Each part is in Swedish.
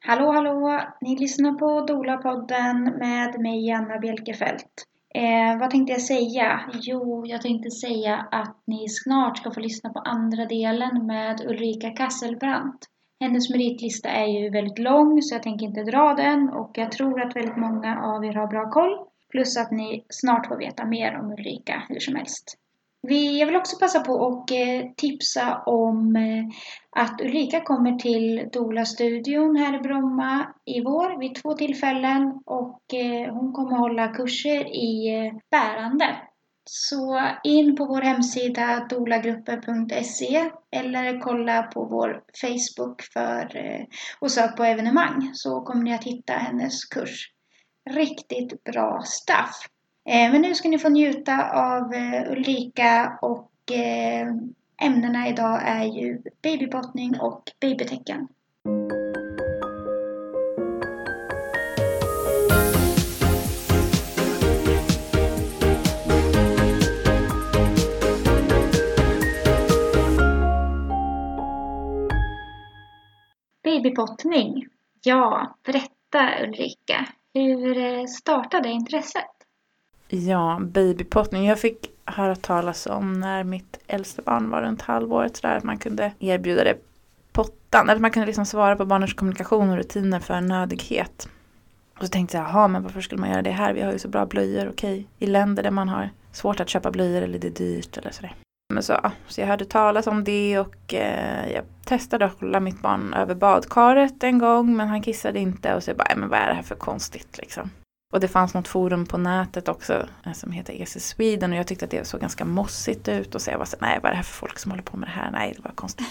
Hallå, hallå! Ni lyssnar på Dola-podden med mig, Anna Bjelkefelt. Vad tänkte jag säga? Jo, jag tänkte säga att ni snart ska få lyssna på andra delen med Ulrika Kasselbrandt. Hennes meritlista är ju väldigt lång så jag tänker inte dra den och jag tror att väldigt många av er har bra koll. Plus att ni snart får veta mer om Ulrika hur som helst. Jag vill också passa på att tipsa om att Ulrika kommer till Dola-studion här i Bromma i vår vid 2 tillfällen och hon kommer hålla kurser i bärande. Så in på vår hemsida dolagruppen.se eller kolla på vår Facebook och sök på evenemang så kommer ni att hitta hennes kurs. Riktigt bra stuff! Men nu ska ni få njuta av Ulrika och ämnena idag är ju babybottning och babytecken. Babybottning. Ja, berätta Ulrika. Hur startade intresset? Ja, babybottning. Jag fick höra talas om när mitt äldsta barn var runt halvåret så där, att man kunde erbjuda det pottan. Eller man kunde liksom svara på barnens kommunikation och rutiner för nödighet. Och så tänkte jag, men varför skulle man göra det här? Vi har ju så bra blöjor, okej. I länder där man har svårt att köpa blöjor eller det är dyrt eller sådär. Men så jag hörde talas om det och jag testade att hålla mitt barn över badkaret en gång. Men han kissade inte och så jag bara, men vad är det här för konstigt liksom. Och det fanns något forum på nätet också som heter EC Sweden och jag tyckte att det såg ganska mossigt ut och så jag var så nej, vad är det här för folk som håller på med det här? Nej, det var konstigt.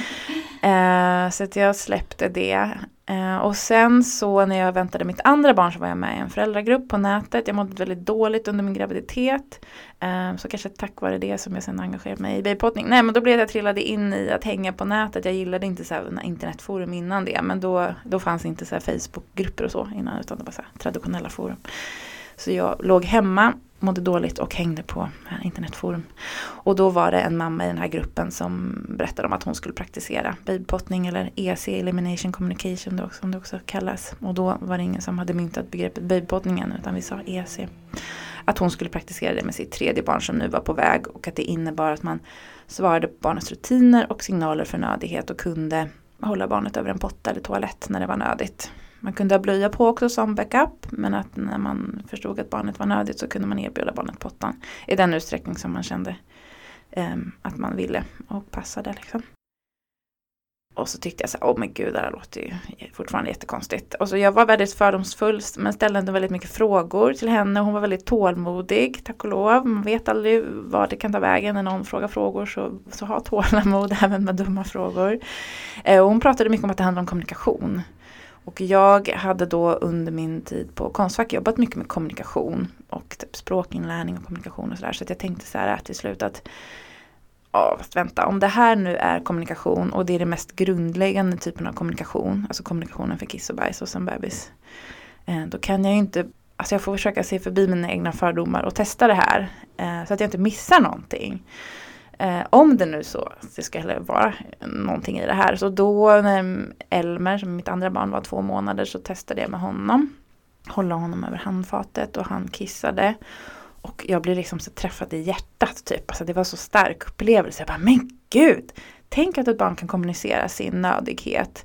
Så att jag släppte det. Och sen så när jag väntade mitt andra barn så var jag med i en föräldragrupp på nätet. Jag mådde väldigt dåligt under min graviditet. Så kanske tack vare det som jag sen engagerade mig i babybottning. Nej, men då blev jag trillade in i att hänga på nätet. Jag gillade inte så här internetforum innan det. Men då fanns inte så här Facebookgrupper och så innan utan det var så här traditionella forum. Så jag låg hemma, mådde dåligt och hängde på internetforum. Och då var det en mamma i den här gruppen som berättade om att hon skulle praktisera babybottning eller EC, Elimination Communication då, som det också kallas. Och då var det ingen som hade myntat begreppet babybottning än utan vi sa EC. Att hon skulle praktisera det med sitt tredje barn som nu var på väg och att det innebar att man svarade på barnets rutiner och signaler för nödighet och kunde hålla barnet över en potta eller toalett när det var nödigt. Man kunde ha blöja på också som backup men att när man förstod att barnet var nödigt så kunde man erbjuda barnet pottan i den utsträckning som man kände att man ville och passade liksom. Och så tyckte jag så här, men gud, det här låter ju fortfarande jättekonstigt. Och så jag var väldigt fördomsfull men ställde ändå väldigt mycket frågor till henne. Hon var väldigt tålmodig, tack och lov. Man vet aldrig vad det kan ta vägen när någon frågar frågor så ha tålamod även med dumma frågor. Och hon pratade mycket om att det handlar om kommunikation. Och jag hade då under min tid på Konstfack jobbat mycket med kommunikation och typ språkinlärning och kommunikation och sådär. Så att jag tänkte så här till slut att vänta, om det här nu är kommunikation och det är det mest grundläggande typen av kommunikation, alltså kommunikationen för kiss och bajs och sen bebis, då kan jag ju inte, alltså jag får försöka se förbi mina egna fördomar och testa det här så att jag inte missar någonting. Om det nu så det ska vara någonting i det här. Så då när Elmer, som mitt andra barn var 2 månader, så testade jag med honom. Hålla honom över handfatet och han kissade. Och jag blev liksom så träffad i hjärtat typ. Alltså det var så stark upplevelse. Jag bara, men gud! Tänk att ett barn kan kommunicera sin nödighet.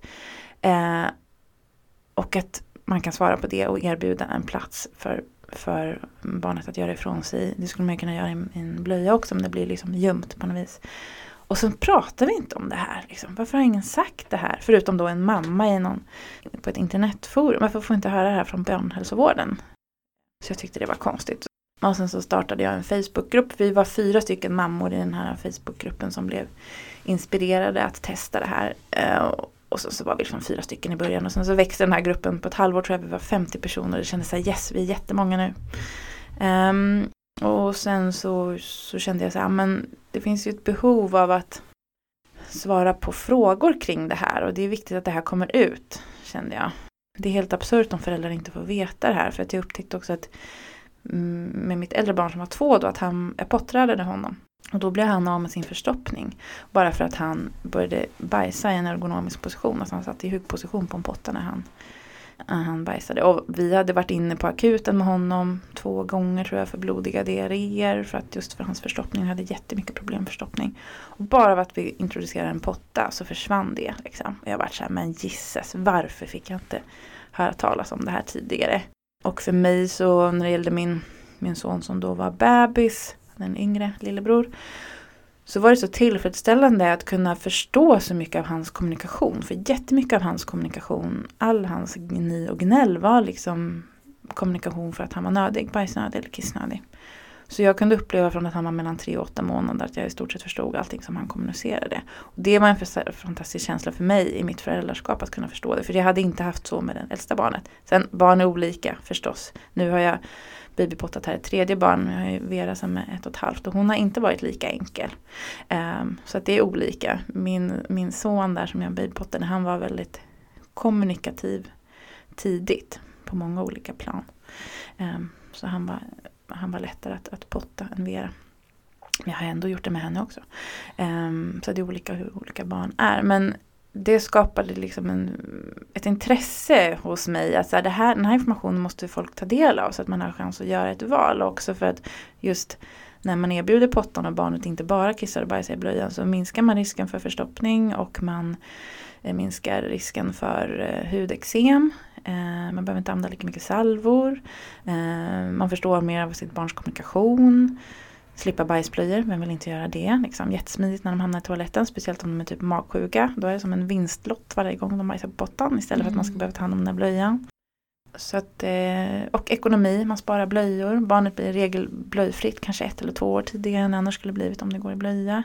Och att man kan svara på det och erbjuda en plats för barnet att göra ifrån sig. Det skulle man kunna göra i en blöja också om det blir liksom gömt på något vis. Och så pratar vi inte om det här. Liksom. Varför har ingen sagt det här? Förutom då en mamma på ett internetforum. Varför får jag inte höra det här från barnhälsovården? Så jag tyckte det var konstigt. Och sen så startade jag en Facebookgrupp. Vi var 4 stycken mammor i den här Facebookgruppen som blev inspirerade att testa det här. Och så var vi liksom 4 stycken i början. Och sen så växte den här gruppen på ett halvår, tror jag vi var 50 personer. Det kändes så här, yes, vi är jättemånga nu. Och sen så kände jag så här, men det finns ju ett behov av att svara på frågor kring det här. Och det är viktigt att det här kommer ut, kände jag. Det är helt absurt om föräldrar inte får veta det här. För att jag upptäckte också att med mitt äldre barn som var 2 då, att jag pottrade honom. Och då blev han av med sin förstoppning. Bara för att han började bajsa i en ergonomisk position. Alltså han satt i hugposition på en potta när han bajsade. Och vi hade varit inne på akuten med honom 2 gånger tror jag för blodiga diarréer. För att just för hans förstoppning hade jättemycket problem med förstoppning. Och bara av att vi introducerade en potta så försvann det. Liksom. Och jag var så här, men gisses, varför fick jag inte höra talas om det här tidigare? Och för mig så när det gällde min son som då var bebis, den yngre lillebror, så var det så tillfredsställande att kunna förstå så mycket av hans kommunikation. För jättemycket av hans kommunikation, all hans gni och gnäll var liksom kommunikation för att han var nödig, bajsnödig eller kissnödig. Så jag kunde uppleva från att han var mellan 3 och 8 månader att jag i stort sett förstod allting som han kommunicerade. Och det var en fantastisk känsla för mig i mitt föräldraskap att kunna förstå det. För jag hade inte haft så med det äldsta barnet. Sen barn är olika förstås. Nu har jag babypottat här ett 3:e barn. Jag har ju Vera som är 1,5 och hon har inte varit lika enkel. Så att det är olika. Min son där som jag babypottade, han var väldigt kommunikativ tidigt på många olika plan. Så han var lättare att potta än Vera. Men jag har ändå gjort det med henne också. Så det är olika hur olika barn är. Men det skapade liksom ett intresse hos mig. Att så här, den här informationen måste folk ta del av. Så att man har chans att göra ett val. Också för att just när man erbjuder pottan och barnet inte bara kissar och bajsar i blöjan. Så minskar man risken för förstoppning. Och man minskar risken för hudexem. Man behöver inte använda lika mycket salvor. Man förstår mer av sitt barns kommunikation. Slippa bajsblöjor, vem vill inte göra det? Liksom, jättesmidigt när de hamnar i toaletten. Speciellt om de är typ magsjuka. Då är det som en vinstlott varje gång de bajsar på pottan. Istället för att man ska behöva ta hand om den där blöjan. Så att, och ekonomi, man sparar blöjor. Barnet blir i regel blöjfritt kanske 1 eller 2 år tidigare än annars skulle blivit om det går i blöja.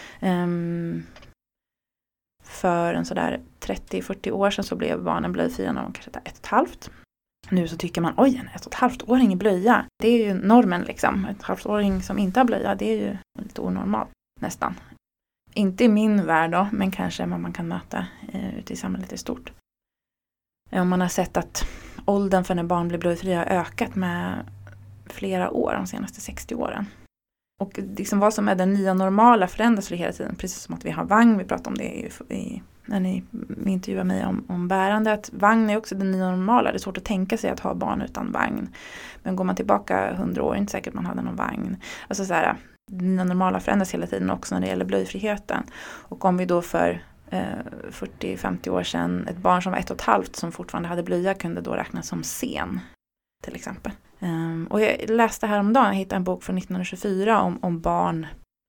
För en sådär 30-40 år sedan så blev barnen blöjfria när de kanske är 1,5. Nu så tycker man, oj, en 1,5-åring i blöja. Det är ju normen liksom. 1,5-åring som inte har blöja, det är ju lite onormalt nästan. Inte i min värld då, men kanske vad man kan möta ute i samhället i stort. Om man har sett att åldern för när barn blir blöjfria har ökat med flera år de senaste 60 åren. Och liksom vad som är den nya normala förändras hela tiden. Precis som att vi har vagn, vi pratade om det när ni intervjuade mig om bärande. Att vagn är också den nya normala. Det är svårt att tänka sig att ha barn utan vagn. Men går man tillbaka 100 år är det inte säkert att man hade någon vagn. Alltså så här, det nya normala förändras hela tiden också när det gäller blöjfriheten. Och om vi då för 40-50 år sedan, ett barn som var 1,5 som fortfarande hade blöja kunde då räknas som sen till exempel. Och jag läste häromdagen, jag hittade en bok från 1924 om barn,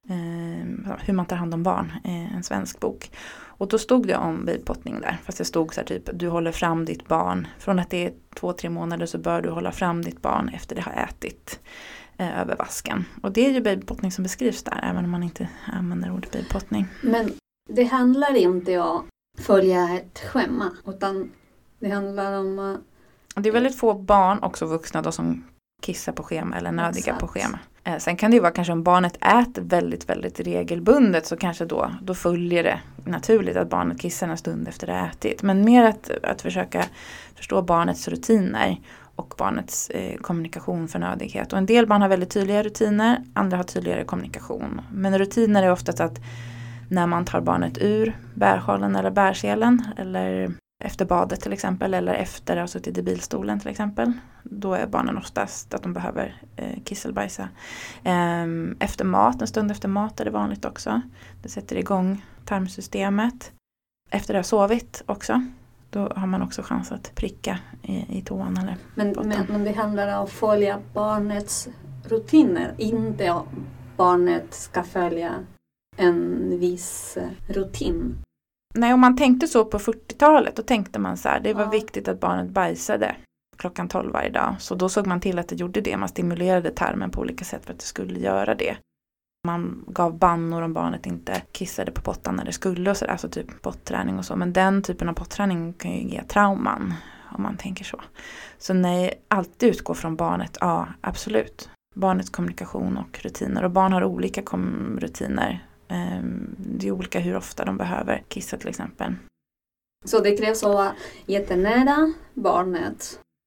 hur man tar hand om barn, en svensk bok. Och då stod det om babypottning där, fast det stod så här typ, du håller fram ditt barn, från att det är 2-3 månader så bör du hålla fram ditt barn efter det har ätit över vasken. Och det är ju babypottning som beskrivs där, även om man inte använder ordet babypottning. Men det handlar inte om att följa ett schema, utan det handlar om det är väldigt få barn, också vuxna då, som kissar på schema eller nödiga Exakt. på schema. Sen kan det ju vara kanske om barnet äter väldigt, väldigt regelbundet så kanske då följer det naturligt att barnet kissar en stund efter det har ätit. Men mer att försöka förstå barnets rutiner och barnets kommunikation för nödighet. Och en del barn har väldigt tydliga rutiner, andra har tydligare kommunikation. Men rutiner är oftast att när man tar barnet ur bärsjalen eller bärselen eller efter badet till exempel, eller efter att ha suttit i bilstolen till exempel. Då är barnen oftast att de behöver kisselbajsa. Efter mat, en stund efter mat är det vanligt också. Det sätter igång tarmsystemet. Efter det har sovit också. Då har man också chans att pricka i toan eller men det handlar om att följa barnets rutiner. Inte om barnet ska följa en viss rutin. Nej, om man tänkte så på 40-talet, då tänkte man så här, det var viktigt att barnet bajsade klockan 12 varje dag. Så då såg man till att det gjorde det. Man stimulerade tarmen på olika sätt för att det skulle göra det. Man gav bannor om barnet inte kissade på pottan när det skulle och så där, alltså typ potträning och så. Men den typen av potträning kan ju ge trauman om man tänker så. Så nej, alltid utgå från barnet, ja absolut. Barnets kommunikation och rutiner. Och barn har olika rutiner. Det är olika hur ofta de behöver kissa till exempel. Så det krävs att vara jättenära barnet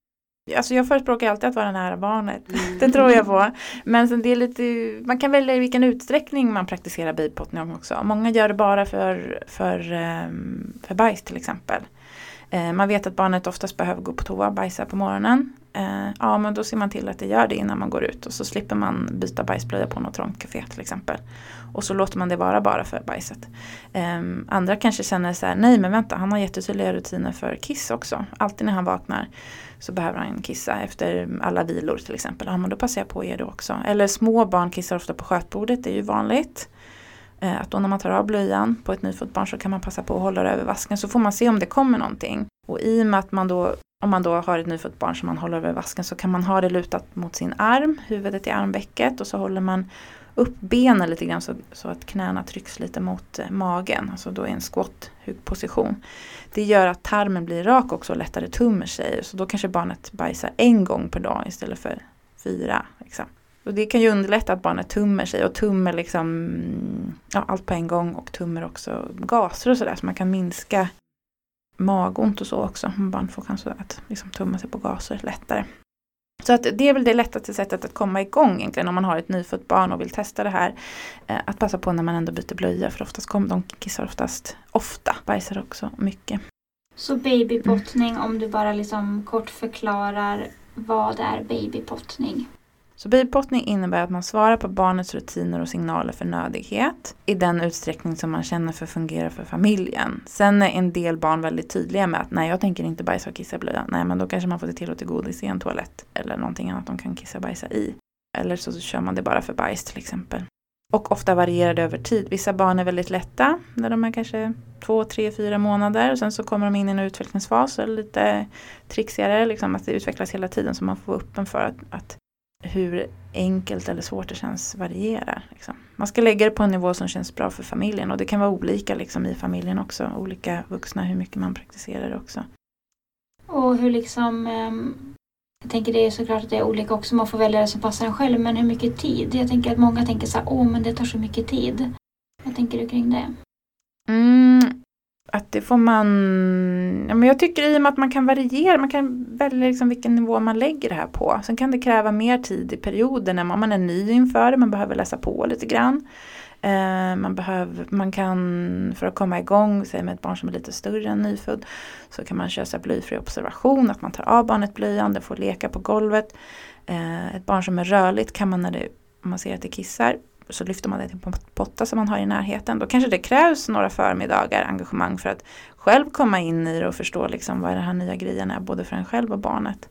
Alltså jag förespråkar alltid att vara nära barnet. Det tror jag på. Men sen det är lite, man kan välja i vilken utsträckning man praktiserar babypottning också. Många gör det bara för bajs till exempel. Man vet att barnet oftast behöver gå på toa och bajsa på morgonen. Ja, men då ser man till att det gör det innan man går ut. Och så slipper man byta bajsblöja på något trångt café till exempel. Och så låter man det vara bara för bajset. Andra kanske känner så här, nej men vänta, han har jättetydliga rutiner för kiss också. Alltid när han vaknar så behöver han kissa efter alla vilor till exempel. Ja, men då passar jag på att ge det också. Eller små barn kissar ofta på skötbordet, det är ju vanligt. Att då när man tar av blöjan på ett nyfött barn så kan man passa på att hålla det över vasken. Så får man se om det kommer någonting. Och i och med att om man då har ett nyfött barn som man håller över vasken så kan man ha det lutat mot sin arm, huvudet i armvecket. Och så håller man upp benen lite grann så att knäna trycks lite mot magen. Alltså då är en squat-position. Det gör att tarmen blir rak också och lättare tummer sig. Så då kanske barnet bajsar 1 gång per dag istället för 4. Liksom. Och det kan ju underlätta att barnet tummer sig och tummer liksom, ja, allt på en gång och tummer också gaser och sådär. Så man kan minska magont och så också. Om barn får chans att liksom tumma sig på gaser lättare. Så att det är väl det lättaste sättet att komma igång egentligen om man har ett nyfött barn och vill testa det här. Att passa på när man ändå byter blöja, för oftast de kissar ofta, bajsar också mycket. Så babypottning, om du bara liksom kort förklarar vad är babypottning? Så babypottning innebär att man svarar på barnets rutiner och signaler för nödighet i den utsträckning som man känner för fungerar för familjen. Sen är en del barn väldigt tydliga med att nej, jag tänker inte bajsa och kissa blöja. Nej, men då kanske man får se till att godis i en toalett eller någonting annat de kan kissa och bajsa i. Eller så kör man det bara för bajs till exempel. Och ofta varierar det över tid. Vissa barn är väldigt lätta när de är kanske 2, 3, 4 månader. Och sen så kommer de in i en utvecklingsfas och lite trixigare. Liksom att det utvecklas hela tiden så man får upp en för att hur enkelt eller svårt det känns varierar. Liksom. Man ska lägga det på en nivå som känns bra för familjen. Och det kan vara olika liksom, i familjen också. Olika vuxna, hur mycket man praktiserar det också. Och hur liksom... Jag tänker det är såklart att det är olika också. Man får välja det som passar en själv. Men hur mycket tid? Jag tänker att många tänker så här, men det tar så mycket tid. Vad tänker du kring det? Att det får man... Ja, men jag tycker i och med att man kan variera. Man kan välja liksom vilken nivå man lägger det här på. Sen kan det kräva mer tid i perioder när man är ny inför det. Man behöver läsa på lite grann. Man kan, för att komma igång, säg med ett barn som är lite större än nyfödd, så kan man köra så blöjfri observation, att man tar av barnet blöjan, det får leka på golvet. Ett barn som är rörligt kan man om man ser att det kissar, så lyfter man det till en potta som man har i närheten. Då kanske det krävs några förmiddagar engagemang för att själv komma in i det och förstå liksom vad den här nya grejen är, både för en själv och barnet.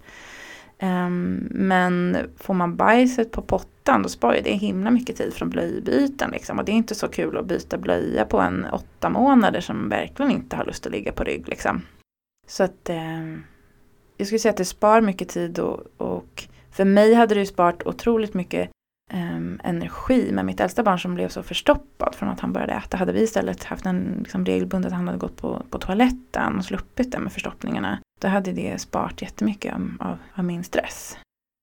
Men får man bajset på pottan, då sparar det himla mycket tid från blöjbyten liksom. Och det är inte så kul att byta blöja på en 8 månader som verkligen inte har lust att ligga på rygg liksom. Så att jag skulle säga att det spar mycket tid och för mig hade det ju sparat otroligt mycket energi med mitt äldsta barn som blev så förstoppad från att han började äta. Hade vi istället haft en liksom, regelbundet att han hade gått på toaletten och sluppit det med förstoppningarna, då hade det sparat jättemycket av min stress.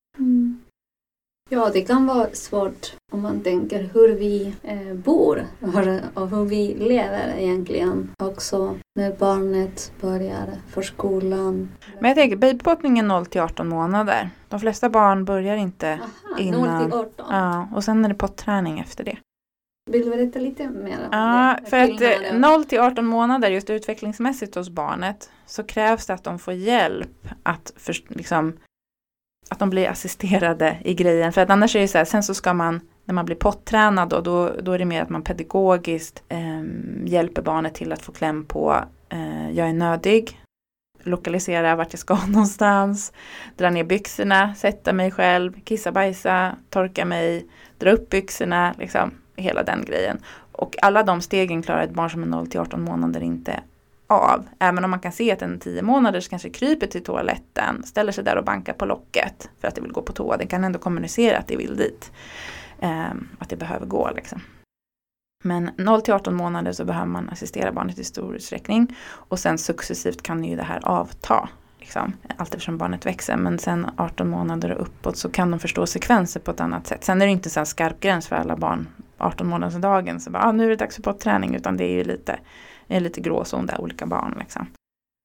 Ja, det kan vara svårt om man tänker hur vi bor och hur vi lever egentligen. Också när barnet börjar förskolan. Men jag tänker, babypottning är 0-18 månader. De flesta barn börjar inte innan. 0-18. Ja, och sen är det potträning efter det. Vill du berätta lite mer om ja, det? För att 0-18 månader just utvecklingsmässigt hos barnet så krävs det att de får hjälp att att de blir assisterade i grejen. För att annars är det så här, sen så ska man, när man blir pottränad då är det mer att man pedagogiskt hjälper barnet till att få kläm på jag är nödig, lokalisera vart jag ska någonstans, dra ner byxorna, sätta mig själv, kissa, bajsa, torka mig, dra upp byxorna, liksom hela den grejen. Och alla de stegen klarar ett barn som är 0-18 månader inte av. Även om man kan se att en 10 månaders kanske kryper till toaletten, ställer sig där och bankar på locket för att det vill gå på toa. Den kan ändå kommunicera att det vill dit. Att det behöver gå liksom. Men 0-18 månader så behöver man assistera barnet i stor utsträckning. Och sen successivt kan ju det här avta. Liksom, allt eftersom barnet växer. Men sen 18 månader och uppåt så kan de förstå sekvenser på ett annat sätt. Sen är det inte så en skarp gräns för alla barn 18 månaders dagen. Så bara, nu är det dags för potträning. Utan det är ju lite gråzon där, olika barn liksom.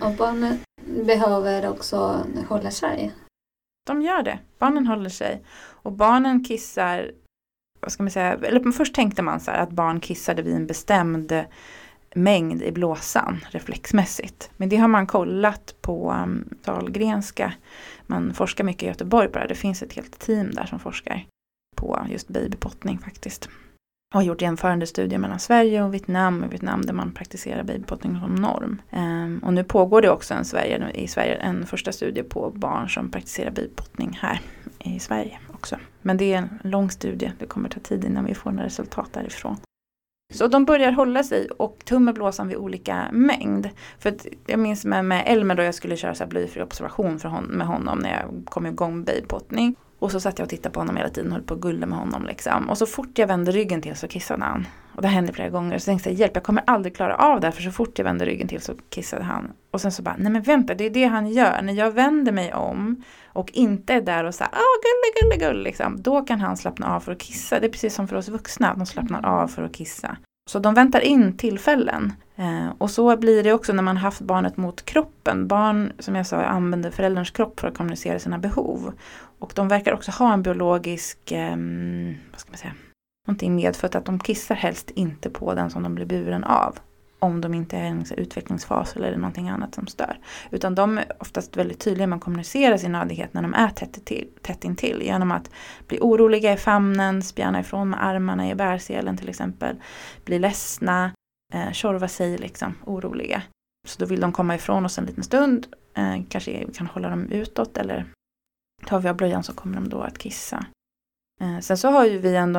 Och barnen behöver också hålla sig. De gör det. Barnen håller sig. Och barnen kissar, vad ska man säga, eller först tänkte man så här att barn kissade vid en bestämd mängd i blåsan reflexmässigt. Men det har man kollat på Sahlgrenska. Man forskar mycket i Göteborg på det. Det finns ett helt team där som forskar på just babypottning faktiskt. Och har gjort jämförande studier mellan Sverige och Vietnam där man praktiserar babypottning som norm. Och nu pågår det också i Sverige en första studie på barn som praktiserar babypottning här i Sverige också. Men det är en lång studie. Det kommer ta tid innan vi får några resultat därifrån. Så de börjar hålla sig och tumma blåsan vid olika mängd. För att jag minns med Elmer då jag skulle köra så här blyfri observation med honom när jag kom igång med babypottning. Och så satt jag och tittade på honom hela tiden och höll på att gulla med honom liksom. Och så fort jag vände ryggen till så kissade han. Och det hände flera gånger. Så tänkte jag, hjälp, jag kommer aldrig klara av det här. För så fort jag vände ryggen till så kissade han. Och sen så bara, nej men vänta, det är det han gör. När jag vänder mig om och inte är där och säger, gull liksom. Då kan han slappna av för att kissa. Det är precis som för oss vuxna, de slappnar av för att kissa. Så de väntar in tillfällen. Och så blir det också när man haft barnet mot kroppen. Barn, som jag sa, använder förälderns kropp för att kommunicera sina behov. Och de verkar också ha en biologisk, vad ska man säga, någonting medfött att de kissar helst inte på den som de blir buren av. Om de inte är i en utvecklingsfas eller någonting annat som stör. Utan de är oftast väldigt tydliga med att kommunicera sin nödighet när de är tätt intill. Genom att bli oroliga i famnen, spjärna ifrån med armarna i bärselen till exempel. Bli ledsna, tjorva sig liksom, oroliga. Så då vill de komma ifrån oss en liten stund. Kanske kan hålla dem utåt eller tar vi av blöjan så kommer de då att kissa. Sen så har ju vi ändå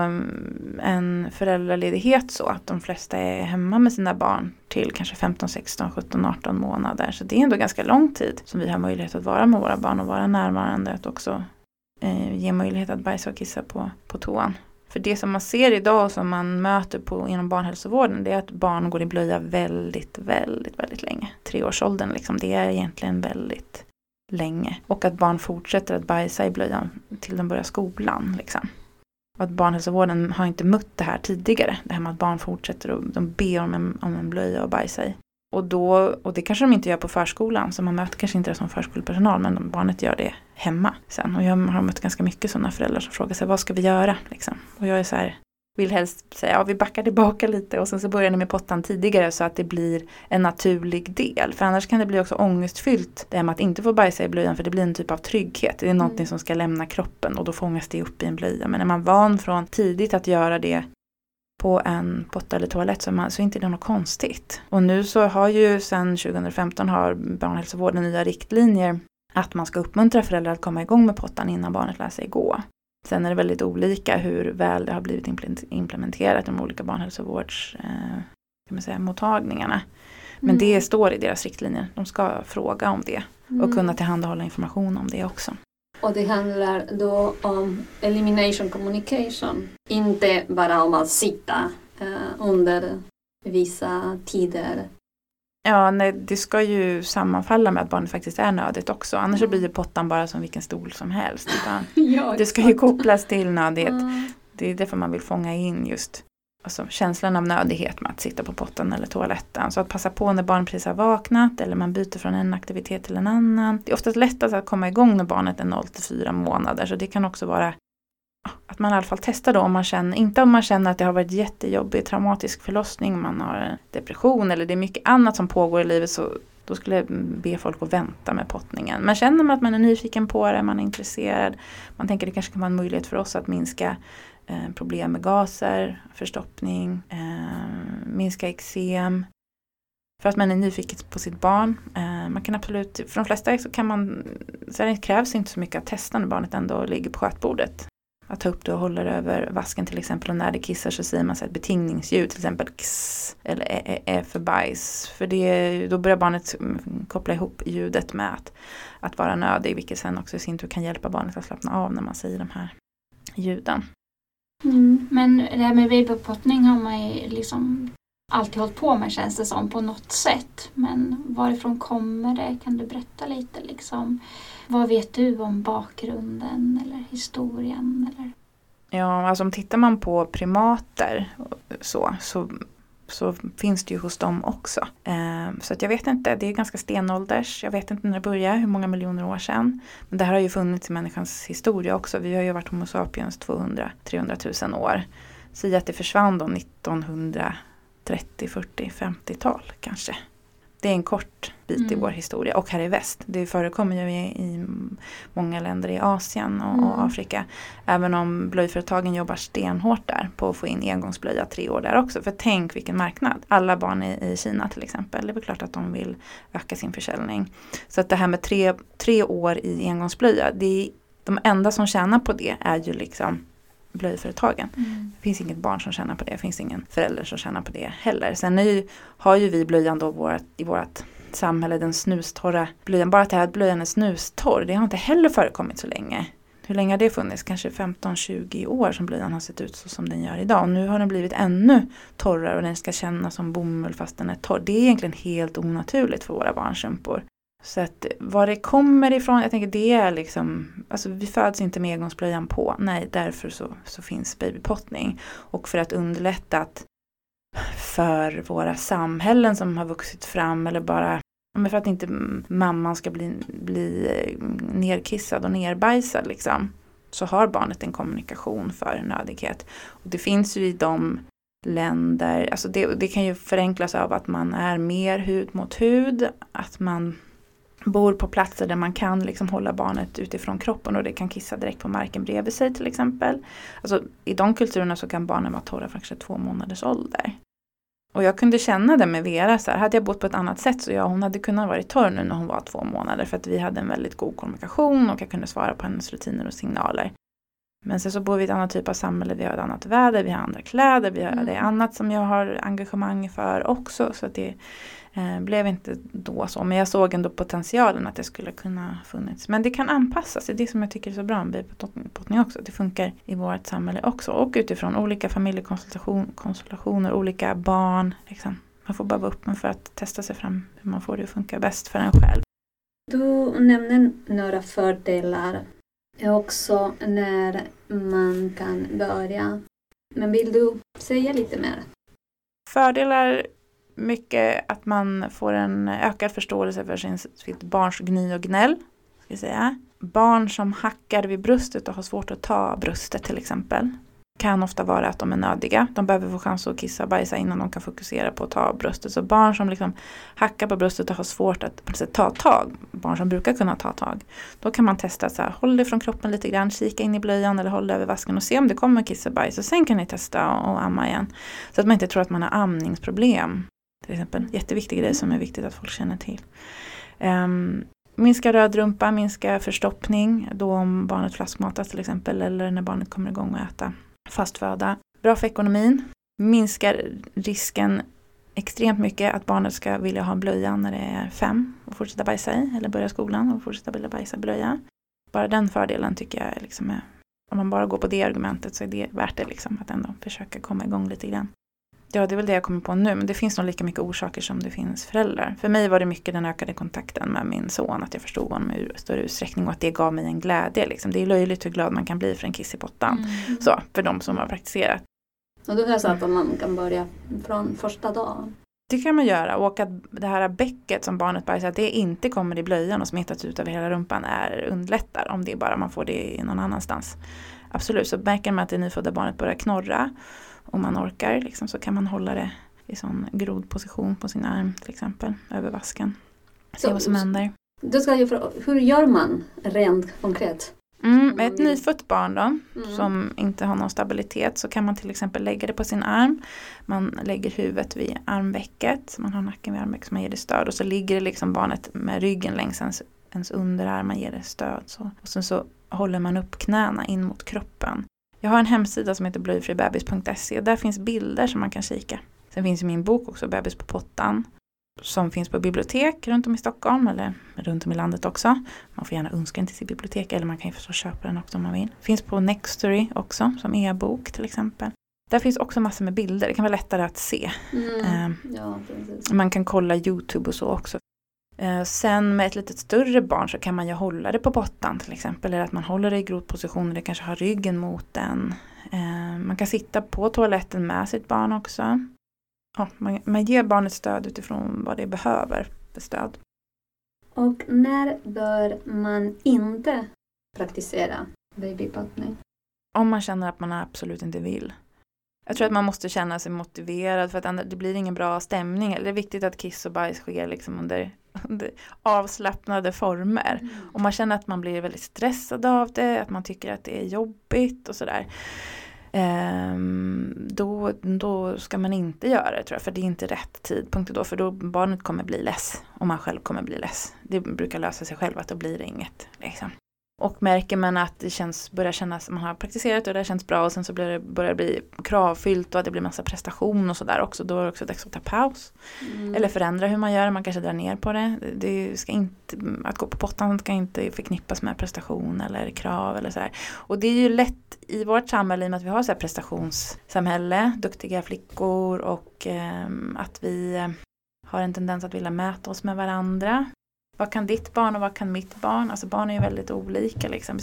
en föräldraledighet så att de flesta är hemma med sina barn till kanske 15, 16, 17, 18 månader. Så det är ändå ganska lång tid som vi har möjlighet att vara med våra barn och vara närvarande. Att också ge möjlighet att bajsa och kissa på toan. För det som man ser idag och som man möter inom barnhälsovården, det är att barn går i blöja väldigt, väldigt, väldigt länge. 3-årsåldern liksom, det är egentligen väldigt länge. Och att barn fortsätter att bajsa i blöjan till de börjar skolan. Liksom. Och att barnhälsovården har inte mött det här tidigare. Det här med att barn fortsätter och de ber om en blöja och bajsa i. Och det kanske de inte gör på förskolan. Så man möter kanske inte det som förskolepersonal. Men barnet gör det hemma sen. Och jag har mött ganska mycket sådana föräldrar som frågar sig, vad ska vi göra? Liksom. Och jag är så här, vill helst säga, ja vi backar tillbaka lite. Och sen så börjar ni med pottan tidigare så att det blir en naturlig del. För annars kan det bli också ångestfyllt det här med att inte få bajsa i blöjan. För det blir en typ av trygghet. Det är någonting som ska lämna kroppen och då fångas det upp i en blöja. Men är man van från tidigt att göra det på en potta eller toalett så är inte det något konstigt. Och nu så har ju sedan 2015 har barnhälsovården nya riktlinjer att man ska uppmuntra föräldrar att komma igång med pottan innan barnet lär sig gå. Sen är det väldigt olika hur väl det har blivit implementerat i de olika barnhälsovårdsmottagningarna. Men det står i deras riktlinjer. De ska fråga om det och kunna tillhandahålla information om det också. Och det handlar då om elimination communication. Inte bara om att sitta under vissa tider. Ja, nej, det ska ju sammanfalla med att barnet faktiskt är nödigt också. Annars så blir ju pottan bara som vilken stol som helst. Ja, det ska ju kopplas till nödighet. Det är därför man vill fånga in just känslan av nödighet med att sitta på pottan eller toaletten. Så att passa på när barn precis har vaknat eller man byter från en aktivitet till en annan. Det är oftast lättast att komma igång när barnet är 0-4 månader. Så det kan också vara att man i alla fall testar då om man känner att det har varit jättejobbig traumatisk förlossning, man har en depression eller det är mycket annat som pågår i livet, så då skulle jag be folk att vänta med pottningen. Men känner man att man är nyfiken på det, man är intresserad, man tänker det kanske kan vara en möjlighet för oss att minska problem med gaser, förstoppning, minska eksem. För att man är nyfiken på sitt barn. Man kan absolut, för de flesta så det krävs inte så mycket att testa när barnet ändå ligger på skötbordet. Att ta upp det och hålla över vasken till exempel. Och när det kissar så säger man så ett betingningsljud. Till exempel kiss eller för bajs. För då börjar barnet koppla ihop ljudet med att vara nödig. Vilket sen också i sin tur kan hjälpa barnet att slappna av när man säger de här ljuden. Men det här med babypottning har man ju liksom alltid hållit på med, känns det som, på något sätt. Men varifrån kommer det? Kan du berätta lite liksom? Vad vet du om bakgrunden eller historien? Eller? Ja, alltså om tittar man på primater så så finns det ju hos dem också. Så att jag vet inte, det är ganska stenålders. Jag vet inte när det började, hur många miljoner år sedan. Men det här har ju funnits i människans historia också. Vi har ju varit Homo sapiens 200-300 000 år. Så att det försvann då 1930, 40, 50-tal kanske. Det är en kort bit i vår historia. Och här i väst. Det förekommer ju i många länder i Asien och Afrika. Även om blöjföretagen jobbar stenhårt där på att få in engångsblöja 3 år där också. För tänk vilken marknad. Alla barn i Kina till exempel. Det är väl klart att de vill öka sin försäljning. Så att det här med 3 år i engångsblöja. De enda som tjänar på det är ju liksom blöjföretagen. Det finns inget barn som tjänar på det. Det finns ingen förälder som tjänar på det heller. Sen har ju vi blöjan då i vårt samhälle, den snustorra blöjan. Bara att det här blöjan är snustorr, det har inte heller förekommit så länge. Hur länge har det funnits? Kanske 15-20 år som blöjan har sett ut så som den gör idag. Och nu har den blivit ännu torrare och den ska kännas som bomull fast den är torr. Det är egentligen helt onaturligt för våra barnstrumpor. Så att var det kommer ifrån, jag tänker det är liksom, alltså vi föds inte med engångsblöjan på. Nej, därför så finns babypottning. Och för att underlätta för våra samhällen som har vuxit fram eller bara, men för att inte mamman ska bli nerkissad och nerbajsad liksom, så har barnet en kommunikation för nödighet. Och det finns ju i de länder, alltså det kan ju förenklas av att man är mer hud mot hud, att man bor på platser där man kan liksom hålla barnet utifrån kroppen och det kan kissa direkt på marken bredvid sig till exempel. Alltså i de kulturerna så kan barnen vara torra för kanske 2 månaders ålder. Och jag kunde känna det med Vera så här, hade jag bott på ett annat sätt så hon hade kunnat vara torr nu när hon var 2 månader för att vi hade en väldigt god kommunikation och jag kunde svara på hennes rutiner och signaler. Men sen så bor vi i ett annat typ av samhälle, vi har ett annat väder, vi har andra kläder, det är annat som jag har engagemang för också så att det blev inte då så. Men jag såg ändå potentialen att det skulle kunna funnits. Men det kan anpassas, det är det som jag tycker är så bra med babypottning också. Det funkar i vårt samhälle också och utifrån olika familjekonstellationer, olika barn. Liksom. Man får bara vara öppen för att testa sig fram hur man får det att funka bäst för en själv. Du nämner några fördelar också när man kan börja. Men vill du säga lite mer? Fördelar mycket att man får en ökad förståelse för sitt barns gny och gnäll. Ska jag säga. Barn som hackar vid bröstet och har svårt att ta bröstet till exempel. Kan ofta vara att de är nödiga. De behöver få chans att kissa och bajsa innan de kan fokusera på att ta bröstet. Så barn som liksom hackar på bröstet och har svårt att på något sätt ta tag. Barn som brukar kunna ta tag. Då kan man testa så här, håll det från kroppen lite grann. Kika in i blöjan eller håll det över vasken och se om det kommer kissa och bajs. Och sen kan ni testa och amma igen. Så att man inte tror att man har amningsproblem. Till exempel. Jätteviktig grej som är viktigt att folk känner till. Minska röd rumpa, minska förstoppning. Då om barnet flaskmatas till exempel. Eller när barnet kommer igång och äta fast föda. Bra för ekonomin. Minskar risken extremt mycket att barnet ska vilja ha blöja när det är 5 och fortsätta bajsa i. Eller börja skolan och fortsätta vilja bajsa blöja. Bara den fördelen tycker jag liksom är, om man bara går på det argumentet så är det värt det liksom, att ändå försöka komma igång lite grann. Ja, det är väl det jag kommer på nu. Men det finns nog lika mycket orsaker som det finns föräldrar. För mig var det mycket den ökade kontakten med min son. Att jag förstod honom i större utsträckning. Och att det gav mig en glädje. Liksom. Det är löjligt hur glad man kan bli för en kiss i pottan. Så, för de som har praktiserat. Och du har sagt att man kan börja från första dagen. Det kan man göra. Och att det här bäcket som barnet bajsar, att det inte kommer i blöjan och smittats ut över hela rumpan är underlättar. Om det är bara man får det någon annanstans. Absolut, så märker man att det nyfödda barnet börjar knorra. Om man orkar liksom, så kan man hålla det i sån grodposition på sin arm till exempel, över vasken. Se vad som händer. Du ska ju fråga, hur gör man rent konkret? Ett nyfött barn då, som inte har någon stabilitet, så kan man till exempel lägga det på sin arm. Man lägger huvudet vid armvecket, man har nacken vid armvecket så man ger det stöd. Och så ligger det liksom barnet med ryggen längs ens underarm, man ger det stöd. Så. Och sen så håller man upp knäna in mot kroppen. Jag har en hemsida som heter blöjfribebis.se och där finns bilder som man kan kika. Sen finns min bok också, Bebis på pottan, som finns på bibliotek runt om i Stockholm eller runt om i landet också. Man får gärna önska den till sitt bibliotek eller man kan ju förstås köpa den också om man vill. Finns på Nextory också, som e-bok till exempel. Där finns också massor med bilder, det kan vara lättare att se. Ja, precis. Man kan kolla YouTube och så också. Sen med ett lite större barn så kan man ju hålla det på pottan till exempel. Eller att man håller det i grodposition. Det kanske har ryggen mot den. Man kan sitta på toaletten med sitt barn också. ja, man ger barnet stöd utifrån vad det behöver för stöd. Och när bör man inte praktisera babypottning? Om man känner att man absolut inte vill. Jag tror att man måste känna sig motiverad för att det blir ingen bra stämning. Det är viktigt att kiss och bajs sker liksom under avslappnade former. Om man känner att man blir väldigt stressad av det, att man tycker att det är jobbigt och sådär. Då ska man inte göra det, tror jag. För det är inte rätt tidpunkt då. För då barnet kommer bli less. Och man själv kommer bli less. Det brukar lösa sig själv, att då blir det inget. Liksom. Och märker man att det börjar kännas, man har praktiserat och det känns bra. Och sen så börjar det bli kravfyllt och att det blir massa prestation och sådär också. Då är det också dags att ta paus. Eller förändra hur man gör. Man kanske drar ner på det. Det ska inte, att gå på pottan ska inte förknippas med prestation eller krav eller sådär. Och det är ju lätt i vårt samhälle, i och med att vi har så här prestationssamhälle, duktiga flickor och att vi har en tendens att vilja mäta oss med varandra. Vad kan ditt barn och vad kan mitt barn? Alltså barn är ju väldigt olika liksom.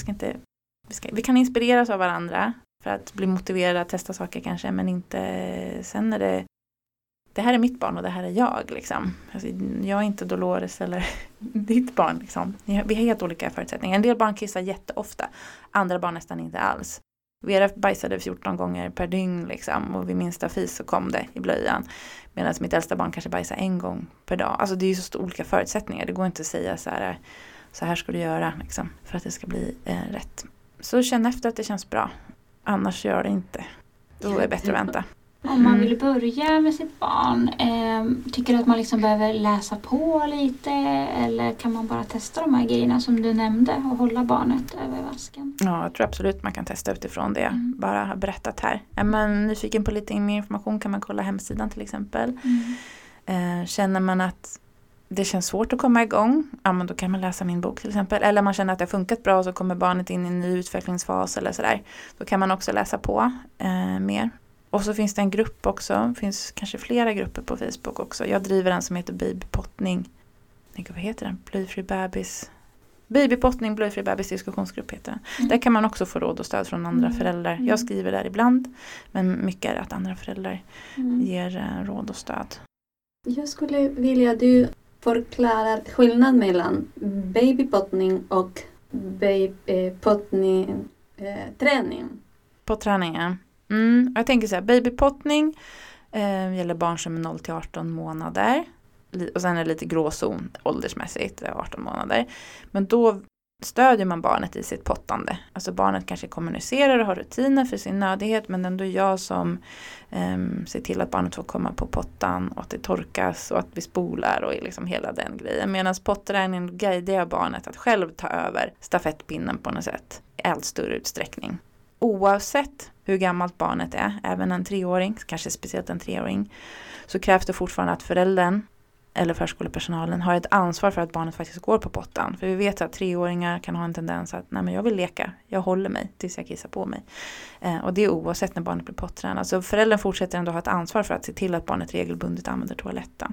Vi kan inspireras av varandra för att bli motiverade att testa saker kanske, men inte sen är det här är mitt barn och det här är jag liksom. Alltså, jag är inte Dolores eller ditt barn liksom. Vi har helt olika förutsättningar. En del barn kissar jätteofta, andra barn nästan inte alls. Vera bajsade 14 gånger per dygn liksom, och vid minsta fis så kom det i blöjan. Medan mitt äldsta barn kanske bajsar 1 gång per dag. Alltså det är ju så olika förutsättningar. Det går inte att säga så här ska du göra liksom, för att det ska bli rätt. Så känn efter att det känns bra. Annars gör det inte. Då är det bättre att vänta. Om man vill börja med sitt barn, tycker du att man liksom behöver läsa på lite, eller kan man bara testa de här grejerna som du nämnde och hålla barnet över vasken? Ja, jag tror absolut man kan testa utifrån det jag bara har berättat här. Är man nyfiken på lite mer information kan man kolla hemsidan till exempel. Känner man att det känns svårt att komma igång, ja men då kan man läsa min bok till exempel. Eller man känner att det har funkat bra och så kommer barnet in i en ny utvecklingsfas eller sådär. Då kan man också läsa på mer. Och så finns det en grupp också. Det finns kanske flera grupper på Facebook också. Jag driver en som heter Babypottning. Vad heter den? Blöjfri bebis. Babypottning, blöjfri bebis diskussionsgrupp heter den. Där kan man också få råd och stöd från andra föräldrar. Jag skriver där ibland. Men mycket är att andra föräldrar ger råd och stöd. Jag skulle vilja att du förklarar skillnad mellan babypottning och babypottning träning. På träningen. Jag tänker så här, babypottning gäller barn som är 0 till 18 månader. Och sen är det lite gråzon åldersmässigt, 18 månader. Men då stödjer man barnet i sitt pottande. Alltså barnet kanske kommunicerar och har rutiner för sin nödighet, men ändå jag som ser till att barnet får komma på pottan och att det torkas och att vi spolar och liksom hela den grejen. Medan potträningen guidar barnet att själv ta över stafettpinnen på något sätt i allt större utsträckning. Oavsett hur gammalt barnet är, även en 3-åring, kanske speciellt en 3-åring, så krävs det fortfarande att föräldern eller förskolepersonalen har ett ansvar för att barnet faktiskt går på pottan. För vi vet att 3-åringar kan ha en tendens att nej men jag vill leka, jag håller mig tills jag kissar på mig. Och det är oavsett när barnet blir pottränat. Så föräldern fortsätter ändå ha ett ansvar för att se till att barnet regelbundet använder toaletten.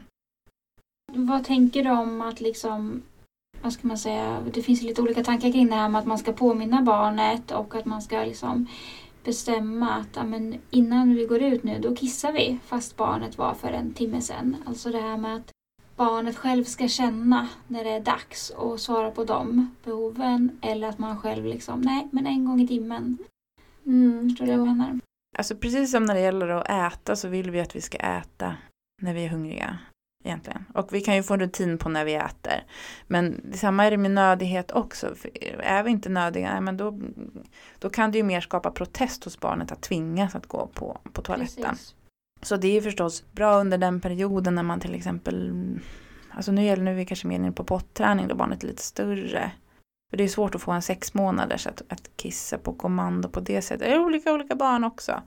Vad tänker du om att liksom, vad ska man säga, det finns lite olika tankar kring det här med att man ska påminna barnet och att man ska liksom bestämma att amen, innan vi går ut nu då kissar vi fast barnet var för 1 timme sedan. Alltså det här med att barnet själv ska känna när det är dags och svara på de behoven, eller att man själv liksom, nej men 1 gång i timmen. Förstår du vad jag menar? Alltså precis som när det gäller att äta så vill vi att vi ska äta när vi är hungriga. Egentligen. Och vi kan ju få en rutin på när vi äter. Men detsamma är det med nödighet också. För är vi inte nödiga, men då kan det ju mer skapa protest hos barnet att tvingas att gå på toaletten. Precis. Så det är ju förstås bra under den perioden när man till exempel, alltså nu är vi kanske mer inne på potträning då barnet är lite större. För det är svårt att få en 6 månaders att kissa på kommando på det sättet. Det är olika barn också.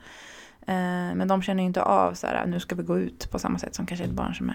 Men de känner ju inte av så här, nu ska vi gå ut på samma sätt som kanske ett barn som är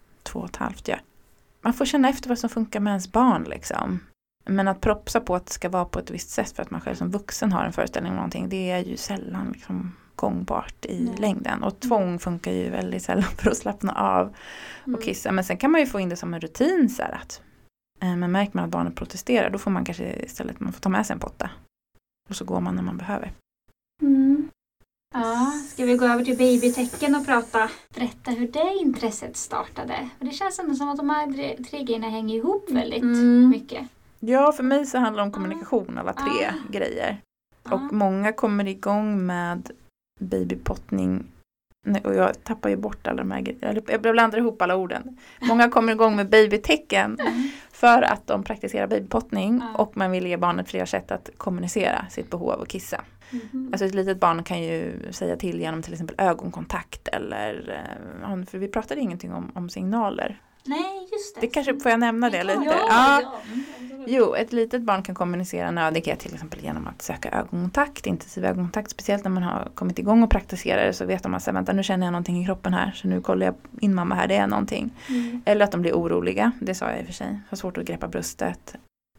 2,5 gör. Man får känna efter vad som funkar med ens barn liksom. Men att propsa på att det ska vara på ett visst sätt för att man själv som vuxen har en föreställning om någonting, det är ju sällan liksom gångbart i längden. Och tvång funkar ju väldigt sällan för att slappna av och kissa. Men sen kan man ju få in det som en rutin så här att men märker man att barnet protesterar, då får man kanske istället man får ta med sig en potta. Och så går man när man behöver. Ja, ska vi gå över till babytecken och berätta hur det intresset startade? För det känns ändå som att de här 3 grejerna hänger ihop väldigt mycket. Ja, för mig så handlar det om kommunikation, alla 3 grejer. Och många kommer igång med babypottning. Och jag tappar ju bort alla de här grejerna. Jag blandar ihop alla orden. Många kommer igång med babytecken för att de praktiserar babypottning. Och man vill ge barnet fler sätt att kommunicera sitt behov av att kissa. Alltså ett litet barn kan ju säga till genom till exempel ögonkontakt. Eller, för vi pratade ingenting om signaler. Nej, just det. Det kanske, får jag nämna det lite? Ja. Jo, ett litet barn kan kommunicera nödighet till exempel genom att söka ögonkontakt, intensiv ögonkontakt. Speciellt när man har kommit igång och praktiserar det så vet de att vänta, nu känner jag någonting i kroppen här. Så nu kollar jag in mamma här, det är någonting. Eller att de blir oroliga, det sa jag i och för sig. Har svårt att greppa bröstet.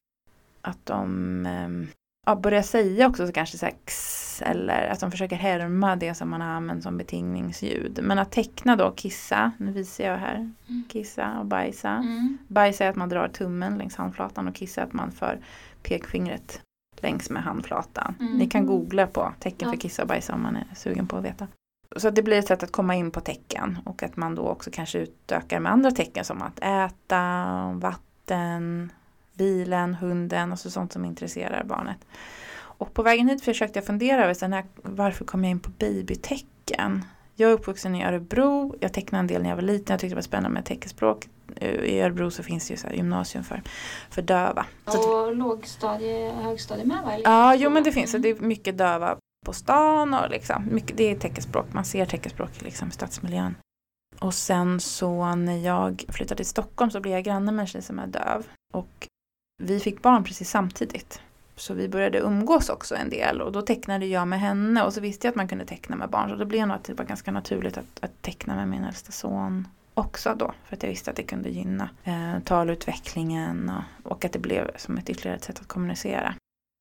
Att de börjar säga också så kanske sex. Eller att de försöker härma det som man har använt som betingningsljud. Men att teckna då, kissa, nu visar jag här. Kissa och bajsa. Bajsa är att man drar tummen längs handflatan och kissa att man för pekfingret längs med handflatan. Ni kan googla på tecken för kissa och bajsa om man är sugen på att veta. Så det blir ett sätt att komma in på tecken och att man då också kanske utökar med andra tecken som att äta, vatten, bilen, hunden och sånt som intresserar barnet. Och på vägen hit försökte jag fundera över varför kom jag in på babytecken. Jag är uppvuxen i Örebro. Jag tecknade en del när jag var liten. Jag tyckte det var spännande med teckenspråk. I Örebro så finns det ju så här gymnasium för döva. Och lågstadie, högstadie med va? Ja, jo men det finns. Så det är mycket döva på stan och liksom. Det är teckenspråk. Man ser teckenspråk liksom i stadsmiljön. Och sen så när jag flyttade till Stockholm så blev jag granne med en tjej som är döv. Och vi fick barn precis samtidigt. Så vi började umgås också en del. Och då tecknade jag med henne. Och så visste jag att man kunde teckna med barn. Så då blev det var ganska naturligt att teckna med min äldsta son också då. För att jag visste att det kunde gynna talutvecklingen. Och att det blev som ett ytterligare sätt att kommunicera.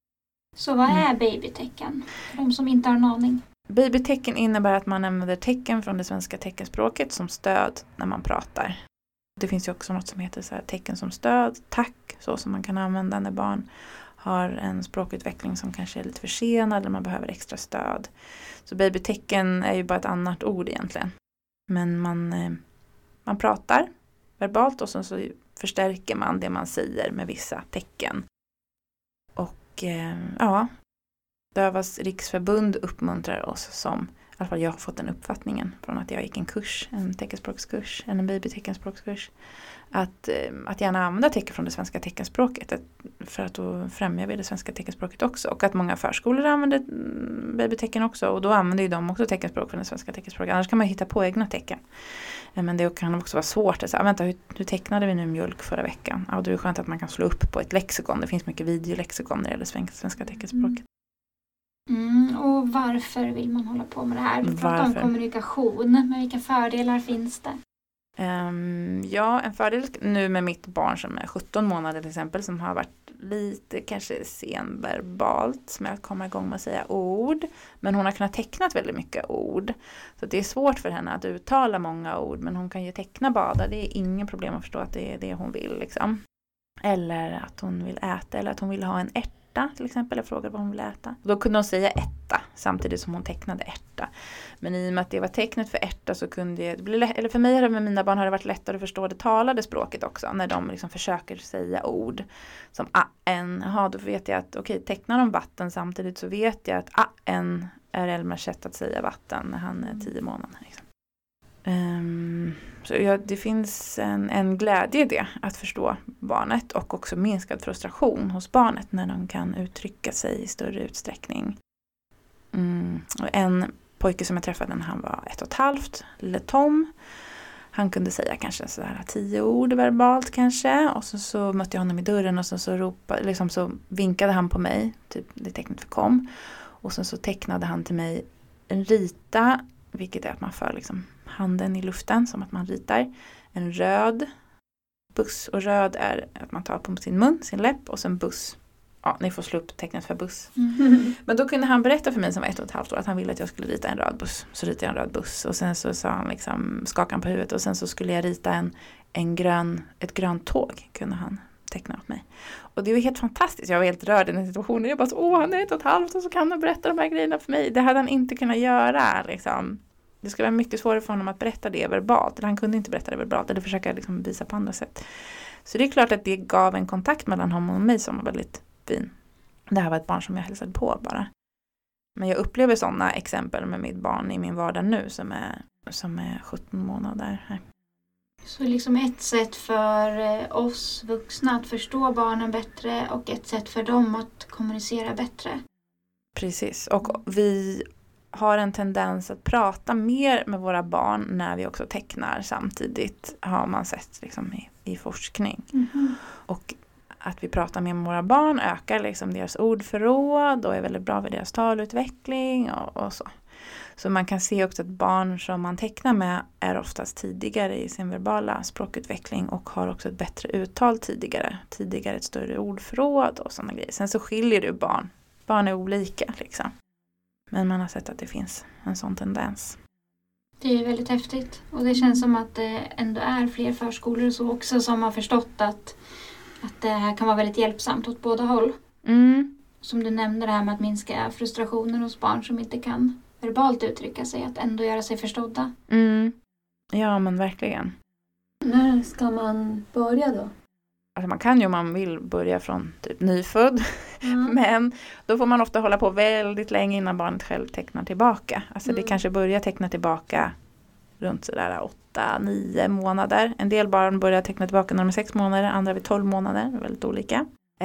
Så vad är babytecken? För de som inte har en aning. Babytecken innebär att man använder tecken från det svenska teckenspråket som stöd när man pratar. Det finns ju också något som heter så här, tecken som stöd, tack, så som man kan använda när barn har en språkutveckling som kanske är lite försenad eller man behöver extra stöd. Så babytecken är ju bara ett annat ord egentligen. Men man pratar verbalt och så förstärker man det man säger med vissa tecken. Och Dövas riksförbund uppmuntrar oss som, i alla fall jag har fått den uppfattningen från att jag gick en kurs, en teckenspråkskurs, en babyteckenspråkskurs, att gärna använda tecken från det svenska teckenspråket för att då främjar vi det svenska teckenspråket också. Och att många förskolor använder babytecken också och då använder ju de också teckenspråk från det svenska teckenspråket. Annars kan man hitta på egna tecken. Men det kan också vara svårt att säga, vänta, hur tecknade vi nu mjölk förra veckan? Ja, det är skönt att man kan slå upp på ett lexikon. Det finns mycket videolexikon när det gäller svenska teckenspråket. Och varför vill man hålla på med det här? Vi pratar om kommunikation, men vilka fördelar finns det? En fördel nu med mitt barn som är 17 månader till exempel, som har varit lite kanske senverbalt med att komma igång med att säga ord. Men hon har kunnat teckna väldigt mycket ord. Så det är svårt för henne att uttala många ord, men hon kan ju teckna bada. Det är ingen problem att förstå att det är det hon vill liksom. Eller att hon vill äta, eller att hon vill ha en ärta till exempel. Jag frågade vad hon vill äta. Då kunde hon säga ärta samtidigt som hon tecknade ärta. Men i och med att det var tecknet för ärta så kunde det bli eller för mig med mina barn har det varit lättare att förstå det talade språket också. När de liksom försöker säga ord som en. Jaha, då vet jag att tecknar de vatten samtidigt så vet jag att en är Elmars sätt att säga vatten när han är 10 månader. Liksom. Det finns en glädje i det, att förstå barnet och också minskad frustration hos barnet när de kan uttrycka sig i större utsträckning. Och en pojke som jag träffade när han var 1,5, lille Tom, han kunde säga kanske sådär 10 ord verbalt kanske, och så mötte jag honom i dörren och så vinkade han på mig, typ det tecknet för kom, och så tecknade han till mig en rita, vilket är att man för liksom handen i luften som att man ritar en röd buss, och röd är att man tar på sin mun, sin läpp, och sen buss. Ja, ni får slå upp tecknet för buss. Men då kunde han berätta för mig som var 1,5 år att han ville att jag skulle rita en röd buss. Så ritade jag en röd buss och sen så sa han liksom, skakade han på huvudet, och sen så skulle jag rita ett grönt tåg, kunde han teckna åt mig. Och det var helt fantastiskt. Jag var helt rörd i den situationen. Jag bara han är 1,5 och så kan han berätta de här grejerna för mig. Det hade han inte kunnat göra liksom. Det skulle vara mycket svårare för honom att berätta det verbalt. Eller han kunde inte berätta det verbalt. Eller försöka liksom visa på andra sätt. Så det är klart att det gav en kontakt mellan honom och mig som var väldigt fin. Det här var ett barn som jag hälsade på bara. Men jag upplever sådana exempel med mitt barn i min vardag nu som är 17 månader här. Så liksom ett sätt för oss vuxna att förstå barnen bättre och ett sätt för dem att kommunicera bättre. Precis, och vi har en tendens att prata mer med våra barn när vi också tecknar samtidigt, har man sett liksom i forskning. Mm-hmm. Och att vi pratar med våra barn ökar liksom deras ordförråd och är väldigt bra för deras talutveckling och så. Så man kan se också att barn som man tecknar med är oftast tidigare i sin verbala språkutveckling och har också ett bättre uttal tidigare ett större ordförråd och sådana grejer. Sen så skiljer det barn. Barn är olika liksom. Men man har sett att det finns en sån tendens. Det är väldigt häftigt. Och det känns som att det ändå är fler förskolor och så också som har förstått att det här kan vara väldigt hjälpsamt åt båda håll. Mm. Som du nämnde det här med att minska frustrationen hos barn som inte kan verbalt uttrycka sig. Att ändå göra sig förstådda. Mm. Ja, men verkligen. När ska man börja då? Alltså man kan ju om man vill börja från typ nyfödd. Mm. Men då får man ofta hålla på väldigt länge innan barnet själv tecknar tillbaka. Alltså det kanske börjar teckna tillbaka runt sådär 8-9 månader. En del barn börjar teckna tillbaka när de är 6 månader, andra vid 12 månader. Det är väldigt olika.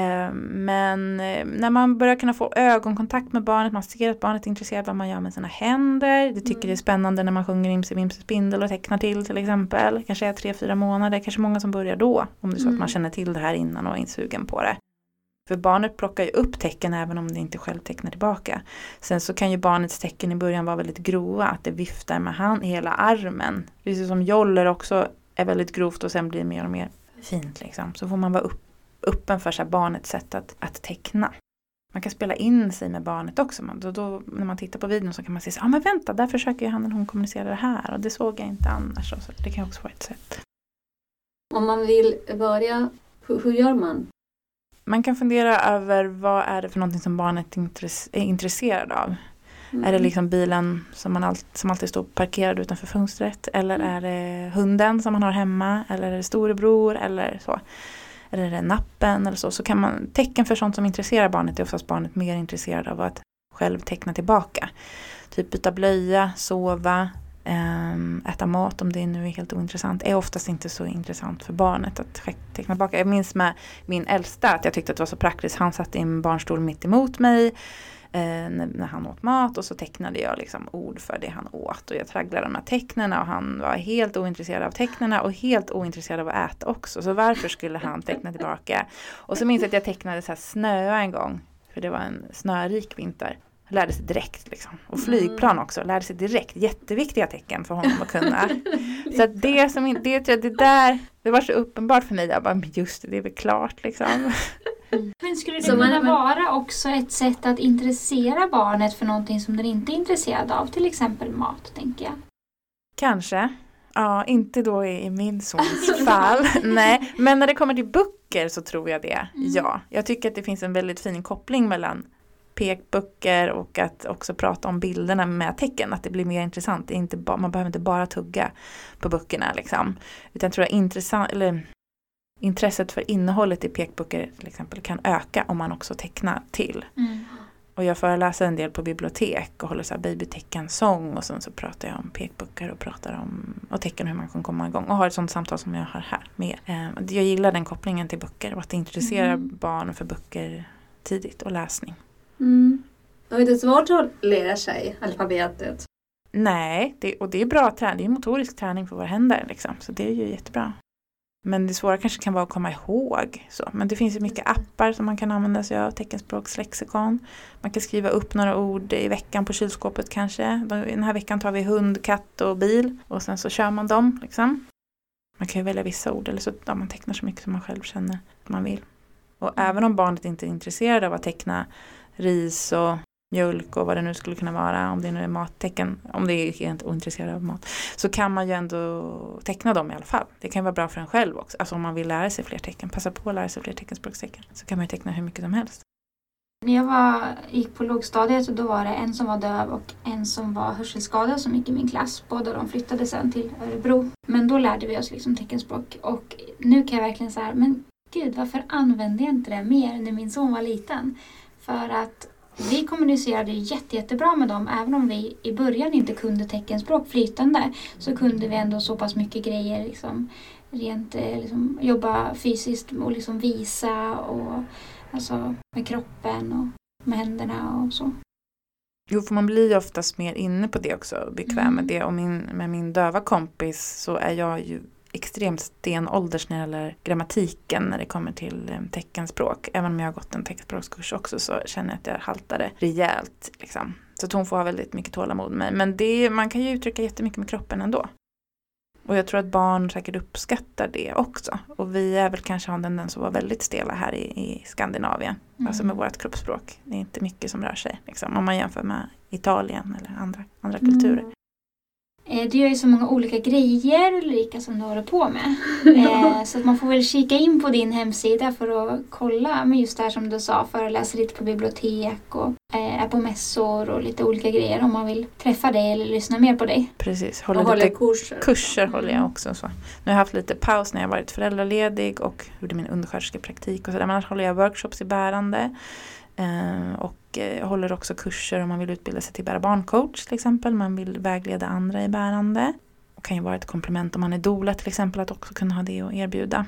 Men när man börjar kunna få ögonkontakt med barnet, man ser att barnet är intresserad av vad man gör med sina händer. Det tycker det är spännande när man sjunger Imse Vimse Spindel och tecknar till exempel. Kanske är 3-4 månader, kanske många som börjar då. Om det är så att man känner till det här innan och är insugen på det. För barnet plockar ju upp tecken även om det inte själv tecknar tillbaka. Sen så kan ju barnets tecken i början vara väldigt grova. Att det viftar med hela armen. Precis som joller också är väldigt grovt och sen blir det mer och mer fint liksom. Så får man vara öppen för så här barnets sätt att teckna. Man kan spela in sig med barnet också. Då, när man tittar på videon så kan man se så men vänta, där försöker ju han eller hon kommunicera det här. Och det såg jag inte annars. Så det kan också vara ett sätt. Om man vill börja, hur gör man? Man kan fundera över vad är det för någonting som barnet är intresserad av. Är det liksom bilen som alltid står parkerad utanför fönstret? Eller är det hunden som man har hemma? Eller är det storebror? Eller så. Eller är det nappen? Eller så kan man, tecken för sånt som intresserar barnet är oftast barnet mer intresserad av att själv teckna tillbaka. Typ byta blöja, sova, äta mat om det nu är helt ointressant. Är oftast inte så intressant för barnet att teckna tillbaka. Jag minns med min äldsta att jag tyckte att det var så praktiskt. Han satt i en barnstol mitt emot mig när han åt mat och så tecknade jag liksom ord för det han åt och jag tragglade de här tecknena och han var helt ointresserad av tecknena och helt ointresserad av att äta också. Så varför skulle han teckna tillbaka? Och så minns jag att jag tecknade så här snö en gång för det var en snörik vinter. Jag lärde sig direkt liksom. Och flygplan också. Lärde sig direkt. Jätteviktiga tecken för honom att kunna. Så att det var så uppenbart för mig. Jag bara, men just det är väl klart liksom. Men skulle det kunna vara också ett sätt att intressera barnet för någonting som den inte är intresserad av? Till exempel mat, tänker jag. Kanske. Ja, inte då i min sons fall. Nej, men när det kommer till böcker så tror jag det. Ja, jag tycker att det finns en väldigt fin koppling mellan pekböcker och att också prata om bilderna med tecken. Att det blir mer intressant. Det är inte man behöver inte bara tugga på böckerna liksom. Utan jag tror att intresset för innehållet i pekböcker till exempel kan öka om man också tecknar till. Och jag föreläser en del på bibliotek och håller så här babyteckensång och sen så pratar jag om pekböcker och pratar om och tecken hur man kan komma igång och har ett sånt samtal som jag har här med. Jag gillar den kopplingen till böcker och att intressera barn för böcker tidigt och läsning. Och är det svårt att lära sig alfabetet? Nej, det är bra träning. Det är motorisk träning för våra händer liksom. Så det är ju jättebra. Men det svåra kanske kan vara att komma ihåg. Så. Men det finns ju mycket appar som man kan använda sig av. Teckenspråkslexikon. Man kan skriva upp några ord i veckan på kylskåpet kanske. Den här veckan tar vi hund, katt och bil. Och sen så kör man dem liksom. Man kan ju välja vissa ord. Eller så man tecknar så mycket som man själv känner att man vill. Och även om barnet inte är intresserad av att teckna ris och mjölk och vad det nu skulle kunna vara, om det nu är mattecken, om det är helt ointresserad av mat, så kan man ju ändå teckna dem i alla fall. Det kan vara bra för en själv också. Alltså om man vill lära sig fler tecken, passa på att lära sig fler teckenspråkstecken, så kan man ju teckna hur mycket som helst. När jag gick på lågstadiet, då var det en som var döv och en som var hörselskadad som gick i min klass. Båda de flyttade sen till Örebro. Men då lärde vi oss liksom teckenspråk. Och nu kan jag verkligen säga, men gud, varför använde jag inte det mer när min son var liten? För att vi kommunicerade jättebra med dem. Även om vi i början inte kunde teckenspråk flytande, så kunde vi ändå så pass mycket grejer liksom, rent liksom, jobba fysiskt och liksom visa och alltså med kroppen och med händerna och så. Jo, för man blir oftast mer inne på det också, bekväm med det. Och med min döva kompis så är jag ju extremt stenålders när det gäller grammatiken när det kommer till teckenspråk. Även om jag har gått en teckenspråkskurs också, så känner jag att jag haltade rejält. Liksom. Så att hon får ha väldigt mycket tålamod med mig. Men man kan ju uttrycka jättemycket med kroppen ändå. Och jag tror att barn säkert uppskattar det också. Och vi är väl kanske har en tendens att vara väldigt stela här i Skandinavien. Alltså med vårt kroppsspråk. Det är inte mycket som rör sig. Liksom, om man jämför med Italien eller andra kulturer. Du gör ju så många olika grejer, Ulrika, som du håller på med. Så att man får väl kika in på din hemsida för att kolla med just det här som du sa. Föreläser lite på bibliotek och är på mässor och lite olika grejer om man vill träffa dig eller lyssna mer på dig. Precis, håller kurser håller jag också. Så. Nu har jag haft lite paus när jag varit föräldraledig och gjorde min undersköterskepraktik och sådär. Men annars håller jag workshops i bärande. Och jag håller också kurser om man vill utbilda sig till bära barncoach till exempel. Man vill vägleda andra i bärande. Och kan ju vara ett komplement om man är doula till exempel, att också kunna ha det att erbjuda.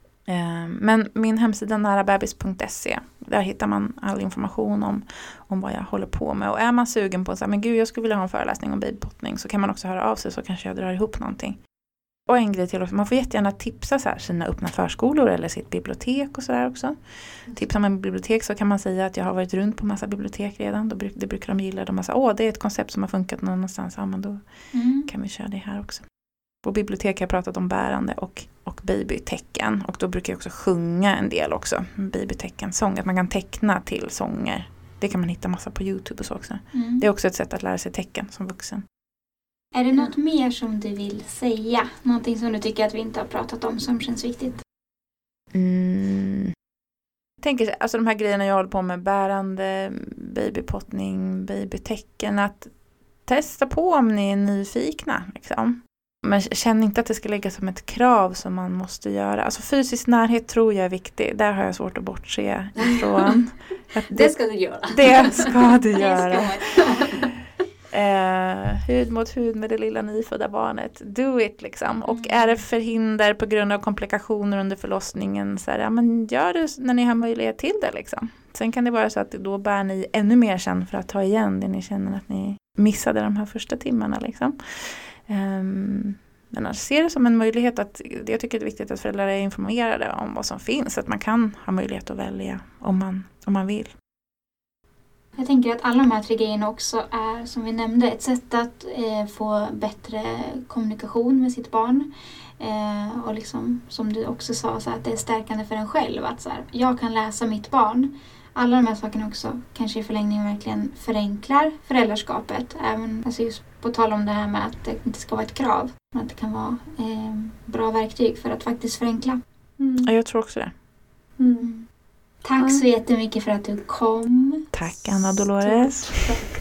Men min hemsida närabebis.se, där hittar man all information om vad jag håller på med. Och är man sugen på så här, men gud, jag skulle vilja ha en föreläsning om babypottning, så kan man också höra av sig, så kanske jag drar ihop någonting. Och en grej till också, man får jättegärna tipsa så här, sina öppna förskolor eller sitt bibliotek och sådär också. Tipsar man bibliotek så kan man säga att jag har varit runt på massa bibliotek redan. Det brukar de gilla. De säger, det är ett koncept som har funkat någonstans. Ja, men då kan vi köra det här också. På bibliotek har jag pratat om bärande och babytecken. Och då brukar jag också sjunga en del också. Babyteckensång. Att man kan teckna till sånger. Det kan man hitta massa på YouTube och så också. Det är också ett sätt att lära sig tecken som vuxen. Är det något mer som du vill säga? Någonting som du tycker att vi inte har pratat om som känns viktigt? Jag tänker, alltså de här grejerna jag håller på med, bärande, babypottning, babytecken, att testa på om ni är nyfikna. Liksom. Men känn inte att det ska lägga som ett krav som man måste göra. Alltså fysisk närhet tror jag är viktig. Där har jag svårt att bortse ifrån. Det ska du göra. Det ska du göra. Hud mot hud med det lilla nyfödda barnet. Do it liksom. Och är det förhinder på grund av komplikationer under förlossningen, så här, ja, men gör det när ni har möjlighet till det liksom. Sen kan det vara så att då bär ni ännu mer sen för att ta igen det ni känner att ni missade de här första timmarna liksom. Men jag ser det som en möjlighet att, jag tycker det är viktigt att föräldrar är informerade om vad som finns, att man kan ha möjlighet att välja om man vill. Jag tänker att alla de här 3 grejerna också är, som vi nämnde, ett sätt att få bättre kommunikation med sitt barn. Och liksom, som du också sa, så att det är stärkande för en själv. Att så här, jag kan läsa mitt barn. Alla de här sakerna också kanske i förlängningen verkligen förenklar föräldraskapet. Även alltså just på tal om det här med att det inte ska vara ett krav. Att det kan vara bra verktyg för att faktiskt förenkla. Ja, jag tror också det. Tack så jättemycket för att du kom. Tack Anna Dolores.